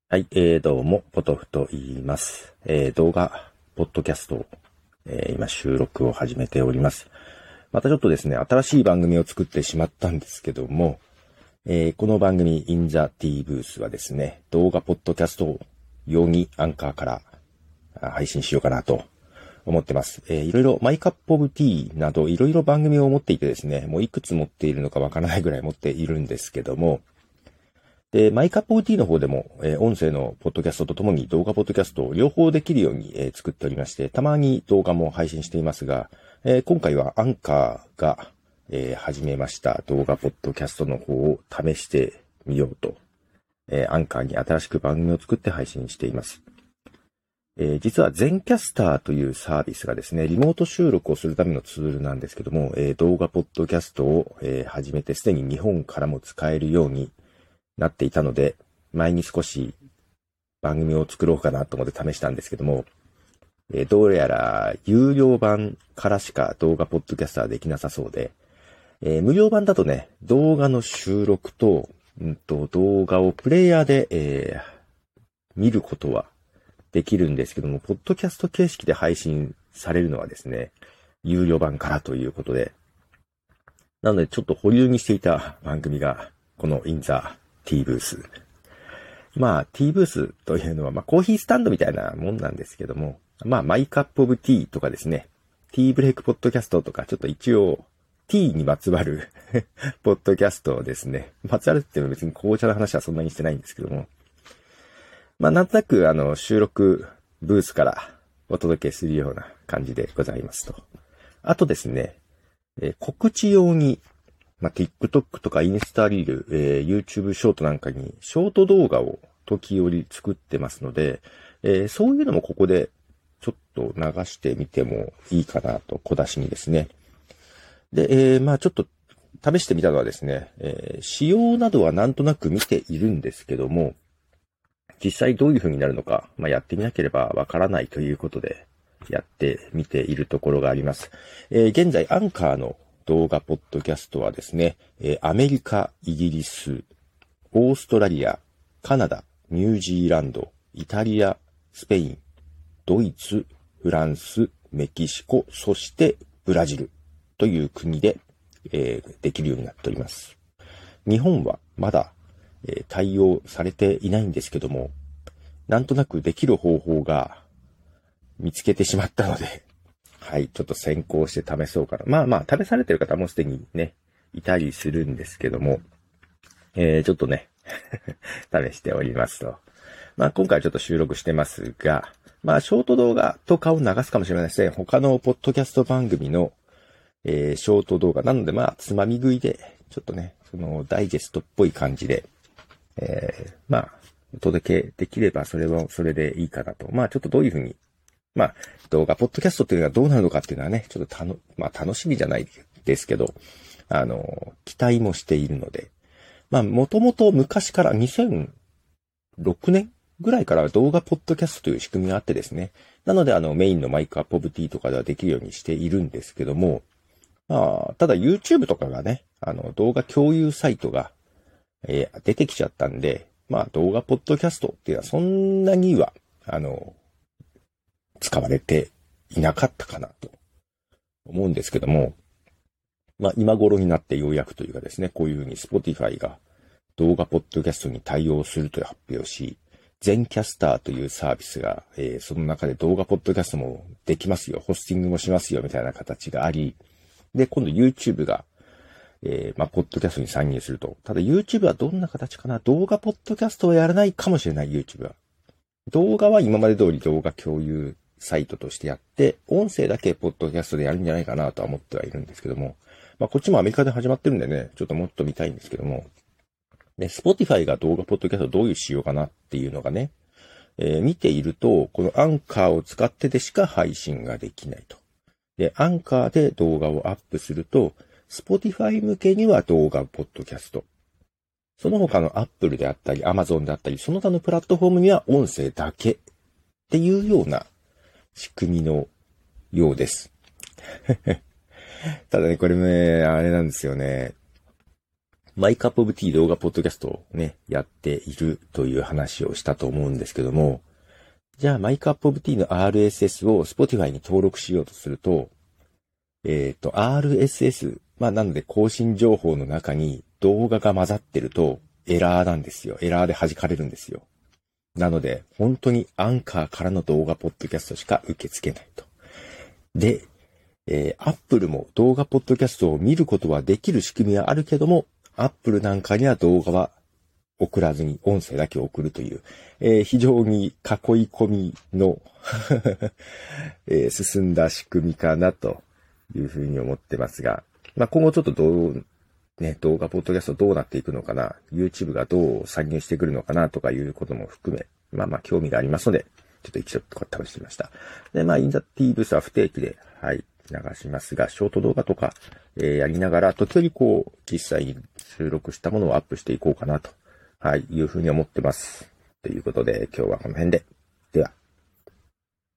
はい、どうも、ポトフと言います。動画、ポッドキャストを、今収録を始めております。またちょっとですね、新しい番組を作ってしまったんですけども、この番組 In the T ブースはですね、動画、ポッドキャスト用にアンカーから配信しようかなと思ってます。いろいろマイカップオブティーなどいろいろ番組を持っていてですね、もういくつ持っているのかわからないぐらい持っているんですけども、で、マイカップオブティーの方でも、音声のポッドキャストとともに動画ポッドキャストを両方できるように、作っておりまして、たまに動画も配信していますが、今回はアンカーが、始めました動画ポッドキャストの方を試してみようと、アンカーに新しく番組を作って配信しています。実はゼンキャスターというサービスがですね、リモート収録をするためのツールなんですけども、動画ポッドキャストを、始めてすでに日本からも使えるようになっていたので、前に少し番組を作ろうかなと思って試したんですけども、どうやら有料版からしか動画ポッドキャスターはできなさそうで、無料版だとね、動画の収録と、動画をプレイヤーで、見ることはできるんですけども、ポッドキャスト形式で配信されるのはですね、有料版からということで、なのでちょっと保留にしていた番組が、このインザ T ブース。まあ、T ブースというのは、コーヒースタンドみたいなもんなんですけども、マイカップオブティーとかですね、ティーブレイクポッドキャストとか、ちょっと一応、ティーにまつわるポッドキャストをですね、まつわるっていうのは別に紅茶の話はそんなにしてないんですけども、なんとなく、収録ブースからお届けするような感じでございますと。あとですね、告知用に、TikTok とかインスタリール、YouTube ショートなんかにショート動画を時折作ってますので、そういうのもここでちょっと流してみてもいいかなと、小出しにですね。で、ちょっと試してみたのはですね、仕様などはなんとなく見ているんですけども、実際どういう風になるのか、やってみなければわからないということで、やってみているところがあります。現在、アンカーの動画ポッドキャストはですね、アメリカ、イギリス、オーストラリア、カナダ、ニュージーランド、イタリア、スペイン、ドイツ、フランス、メキシコ、そしてブラジルという国で、できるようになっております。日本はまだ、対応されていないんですけども、なんとなくできる方法が見つけてしまったので、はい、ちょっと先行して試そうかな。試されてる方もすでにね、いたりするんですけども、ちょっとね、試しておりますと。今回ちょっと収録してますが、ショート動画とかを流すかもしれないですね。他のポッドキャスト番組の、ショート動画なので、つまみ食いで、ちょっとね、そのダイジェストっぽい感じで、お届けできればそれはそれでいいかなと。ちょっとどういうふうに、動画、ポッドキャストっていうのがどうなるのかっていうのはね、ちょっと楽しみじゃないですけど、期待もしているので、もともと昔から2006年ぐらいから動画ポッドキャストという仕組みがあってですね。なのでメインのマイクアップオブティーとかではできるようにしているんですけども、ただ YouTube とかがね、動画共有サイトが、出てきちゃったんで、動画ポッドキャストっていうのはそんなには、使われていなかったかなと思うんですけども、今頃になってようやくというかですね、こういうふうに Spotify が動画ポッドキャストに対応するという発表をし、ゼンキャスターというサービスが、その中で動画ポッドキャストもできますよ、ホスティングもしますよみたいな形があり、で、今度 YouTube が、ポッドキャストに参入すると。ただ YouTube はどんな形かな、動画ポッドキャストをやらないかもしれない YouTube は。動画は今まで通り動画共有サイトとしてやって、音声だけポッドキャストでやるんじゃないかなとは思ってはいるんですけども、こっちもアメリカで始まってるんでね、ちょっともっと見たいんですけども、で、Spotify が動画ポッドキャストどういう仕様かなっていうのがね、見ていると、このアンカーを使ってでしか配信ができないと。で、アンカーで動画をアップすると、Spotify 向けには動画ポッドキャスト。その他の Apple であったり、Amazon であったり、その他のプラットフォームには音声だけっていうような仕組みのようです。ただね、これね、あれなんですよね。 マイカップオブティー動画ポッドキャストをね、やっているという話をしたと思うんですけども、じゃあマイカップオブティーの RSS を Spotify に登録しようとすると、RSS、なので更新情報の中に動画が混ざってるとエラーなんですよ。エラーで弾かれるんですよ。なので、本当にアンカーからの動画ポッドキャストしか受け付けないと。で、Apple も動画ポッドキャストを見ることはできる仕組みはあるけども、Apple なんかには動画は送らずに音声だけ送るという、非常に囲い込みの、進んだ仕組みかなというふうに思ってますが、今後ちょっと動画ポッドキャストどうなっていくのかな、YouTube がどう参入してくるのかなとかいうことも含め、興味がありますので、ちょっと一度試してみました。で、インザティーブスは不定期で、流しますが、ショート動画とか、やりながら、時折実際に収録したものをアップしていこうかなと、いうふうに思ってます。ということで、今日はこの辺で。